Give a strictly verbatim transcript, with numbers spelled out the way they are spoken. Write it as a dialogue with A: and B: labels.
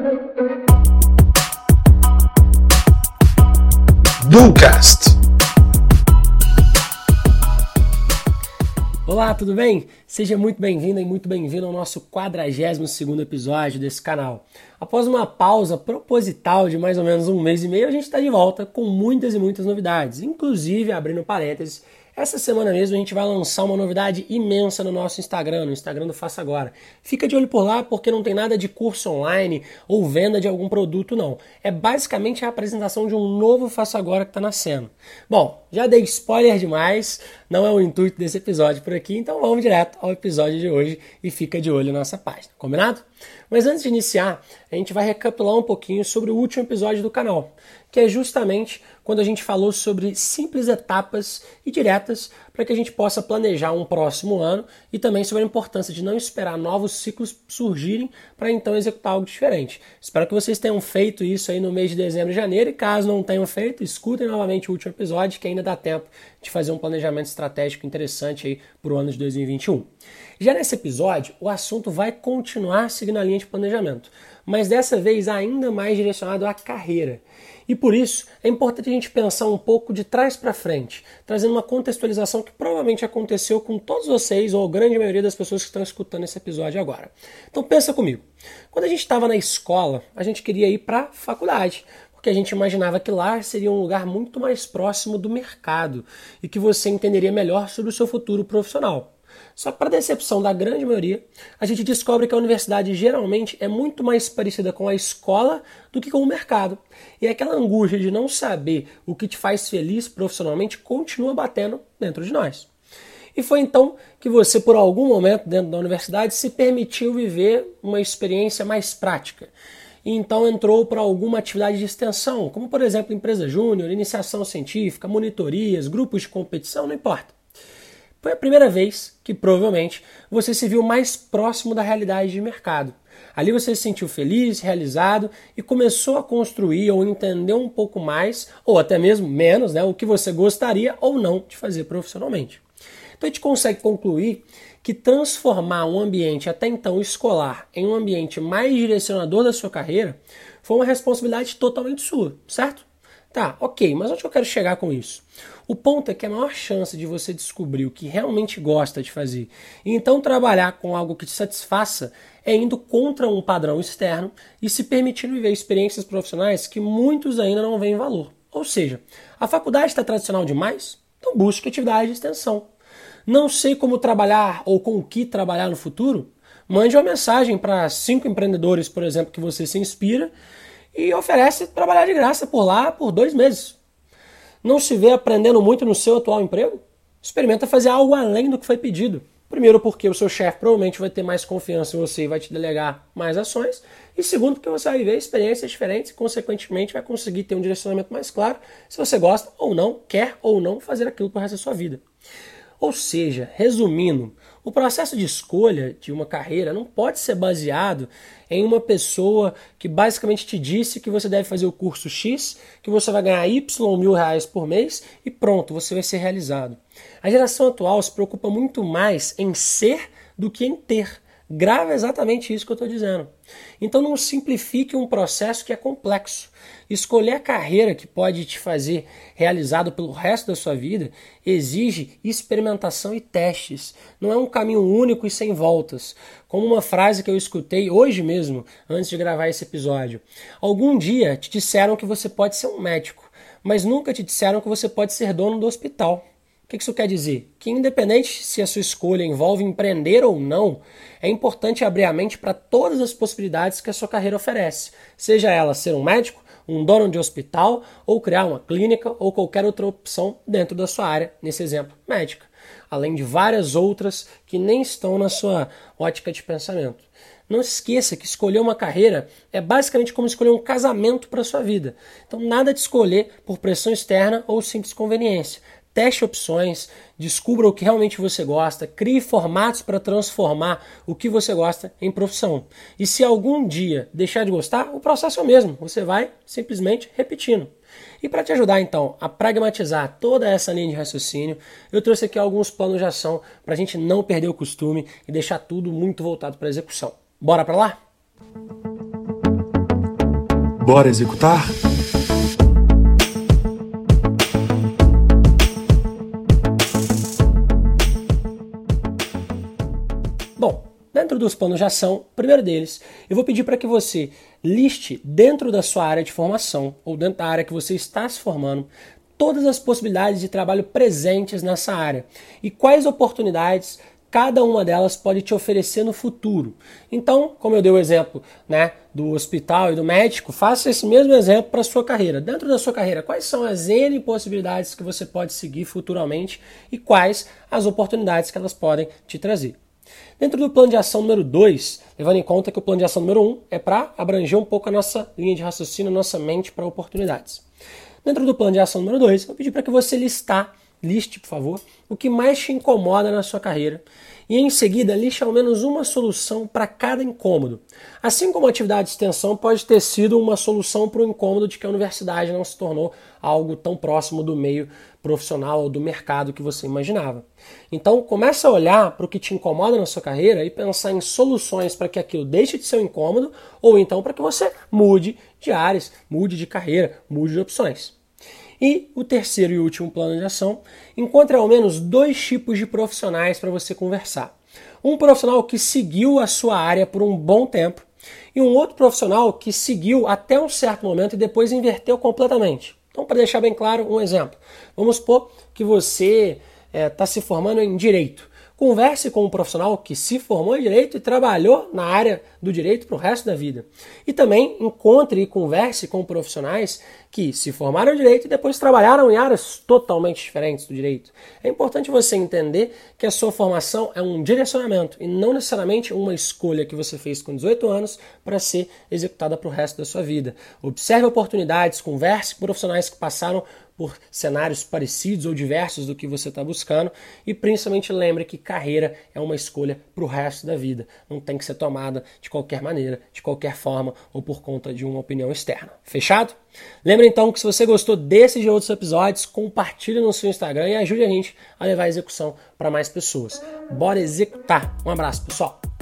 A: Bullcast.
B: Olá, tudo bem? Seja muito bem-vindo e muito bem-vindo ao nosso quadragésimo segundo episódio desse canal. Após uma pausa proposital de mais ou menos um mês e meio, a gente está de volta com muitas e muitas novidades. Inclusive, abrindo parênteses, essa semana mesmo a gente vai lançar uma novidade imensa no nosso Instagram, no Instagram do Faça Agora. Fica de olho por lá porque não tem nada de curso online ou venda de algum produto não. É basicamente a apresentação de um novo Faça Agora que está nascendo. Bom, já dei spoiler demais, não é o intuito desse episódio por aqui, então vamos direto ao episódio de hoje e fica de olho na nossa página, combinado? Mas antes de iniciar, a gente vai recapitular um pouquinho sobre o último episódio do canal, que é justamente quando a gente falou sobre simples etapas e diretas para que a gente possa planejar um próximo ano e também sobre a importância de não esperar novos ciclos surgirem para então executar algo diferente. Espero que vocês tenham feito isso aí no mês de dezembro e janeiro e caso não tenham feito, escutem novamente o último episódio que ainda dá tempo de fazer um planejamento estratégico interessante aí para o ano de dois mil e vinte e um. Já nesse episódio, o assunto vai continuar seguindo a linha de planejamento, mas dessa vez ainda mais direcionado à carreira. E por isso, é importante a gente pensar um pouco de trás para frente, trazendo uma contextualização que provavelmente aconteceu com todos vocês, ou a grande maioria das pessoas que estão escutando esse episódio agora. Então pensa comigo, quando a gente estava na escola, a gente queria ir para a faculdade, porque a gente imaginava que lá seria um lugar muito mais próximo do mercado e que você entenderia melhor sobre o seu futuro profissional. Só que para decepção da grande maioria, a gente descobre que a universidade geralmente é muito mais parecida com a escola do que com o mercado. E aquela angústia de não saber o que te faz feliz profissionalmente continua batendo dentro de nós. E foi então que você, por algum momento dentro da universidade, se permitiu viver uma experiência mais prática. E então entrou para alguma atividade de extensão, como por exemplo empresa júnior, iniciação científica, monitorias, grupos de competição, não importa. Foi a primeira vez que, provavelmente, você se viu mais próximo da realidade de mercado. Ali você se sentiu feliz, realizado e começou a construir ou entender um pouco mais, ou até mesmo menos, né, o que você gostaria ou não de fazer profissionalmente. Então a gente consegue concluir que transformar um ambiente até então escolar em um ambiente mais direcionador da sua carreira foi uma responsabilidade totalmente sua, certo? Tá, ok, mas onde eu quero chegar com isso? O ponto é que a maior chance de você descobrir o que realmente gosta de fazer e então trabalhar com algo que te satisfaça é indo contra um padrão externo e se permitindo viver experiências profissionais que muitos ainda não veem valor. Ou seja, a faculdade está tradicional demais? Então busque atividade de extensão. Não sei como trabalhar ou com o que trabalhar no futuro? Mande uma mensagem para cinco empreendedores, por exemplo, que você se inspira e oferece trabalhar de graça por lá por dois meses. Não se vê aprendendo muito no seu atual emprego? Experimenta fazer algo além do que foi pedido. Primeiro porque o seu chefe provavelmente vai ter mais confiança em você e vai te delegar mais ações. E segundo porque você vai viver experiências diferentes e consequentemente vai conseguir ter um direcionamento mais claro se você gosta ou não, quer ou não fazer aquilo pro resto da sua vida. Ou seja, resumindo, o processo de escolha de uma carreira não pode ser baseado em uma pessoa que basicamente te disse que você deve fazer o curso X, que você vai ganhar Y mil reais por mês e pronto, você vai ser realizado. A geração atual se preocupa muito mais em ser do que em ter. Grave exatamente isso que eu estou dizendo. Então não simplifique um processo que é complexo. Escolher a carreira que pode te fazer realizado pelo resto da sua vida exige experimentação e testes. Não é um caminho único e sem voltas. Como uma frase que eu escutei hoje mesmo, antes de gravar esse episódio. Algum dia te disseram que você pode ser um médico, mas nunca te disseram que você pode ser dono do hospital. O que isso quer dizer? Que independente se a sua escolha envolve empreender ou não, é importante abrir a mente para todas as possibilidades que a sua carreira oferece. Seja ela ser um médico, um dono de hospital, ou criar uma clínica, ou qualquer outra opção dentro da sua área, nesse exemplo, médica. Além de várias outras que nem estão na sua ótica de pensamento. Não se esqueça que escolher uma carreira é basicamente como escolher um casamento para a sua vida. Então nada de escolher por pressão externa ou simples conveniência. Teste opções, descubra o que realmente você gosta, crie formatos para transformar o que você gosta em profissão. E se algum dia deixar de gostar, o processo é o mesmo, você vai simplesmente repetindo. E para te ajudar então a pragmatizar toda essa linha de raciocínio, eu trouxe aqui alguns planos de ação para a gente não perder o costume e deixar tudo muito voltado para a execução. Bora para lá?
A: Bora executar?
B: Bom, dentro dos planos de ação, o primeiro deles, eu vou pedir para que você liste dentro da sua área de formação ou dentro da área que você está se formando todas as possibilidades de trabalho presentes nessa área e quais oportunidades cada uma delas pode te oferecer no futuro. Então, como eu dei o exemplo, né, do hospital e do médico, faça esse mesmo exemplo para a sua carreira. Dentro da sua carreira, quais são as N possibilidades que você pode seguir futuramente e quais as oportunidades que elas podem te trazer. Dentro do plano de ação número dois, levando em conta que o plano de ação número um é para abranger um pouco a nossa linha de raciocínio, a nossa mente para oportunidades. Dentro do plano de ação número dois, eu vou pedir para que você listar, liste, por favor, o que mais te incomoda na sua carreira e em seguida liste ao menos uma solução para cada incômodo. Assim como a atividade de extensão pode ter sido uma solução para o incômodo de que a universidade não se tornou algo tão próximo do meio profissional ou do mercado que você imaginava. Então começa a olhar para o que te incomoda na sua carreira e pensar em soluções para que aquilo deixe de ser um incômodo ou então para que você mude de áreas, mude de carreira, mude de opções. E o terceiro e último plano de ação, encontre ao menos dois tipos de profissionais para você conversar. Um profissional que seguiu a sua área por um bom tempo e um outro profissional que seguiu até um certo momento e depois inverteu completamente. Então, para deixar bem claro, um exemplo. Vamos supor que você está é, se formando em Direito. Converse com um profissional que se formou em Direito e trabalhou na área do Direito para o resto da vida. E também encontre e converse com profissionais que se formaram em Direito e depois trabalharam em áreas totalmente diferentes do Direito. É importante você entender que a sua formação é um direcionamento e não necessariamente uma escolha que você fez com dezoito anos para ser executada para o resto da sua vida. Observe oportunidades, converse com profissionais que passaram por cenários parecidos ou diversos do que você está buscando e principalmente lembre que carreira é uma escolha para o resto da vida. Não tem que ser tomada de qualquer maneira, de qualquer forma ou por conta de uma opinião externa. Fechado? Lembra então que se você gostou desses e outros episódios, compartilhe no seu Instagram e ajude a gente a levar a execução para mais pessoas. Bora executar! Um abraço, pessoal!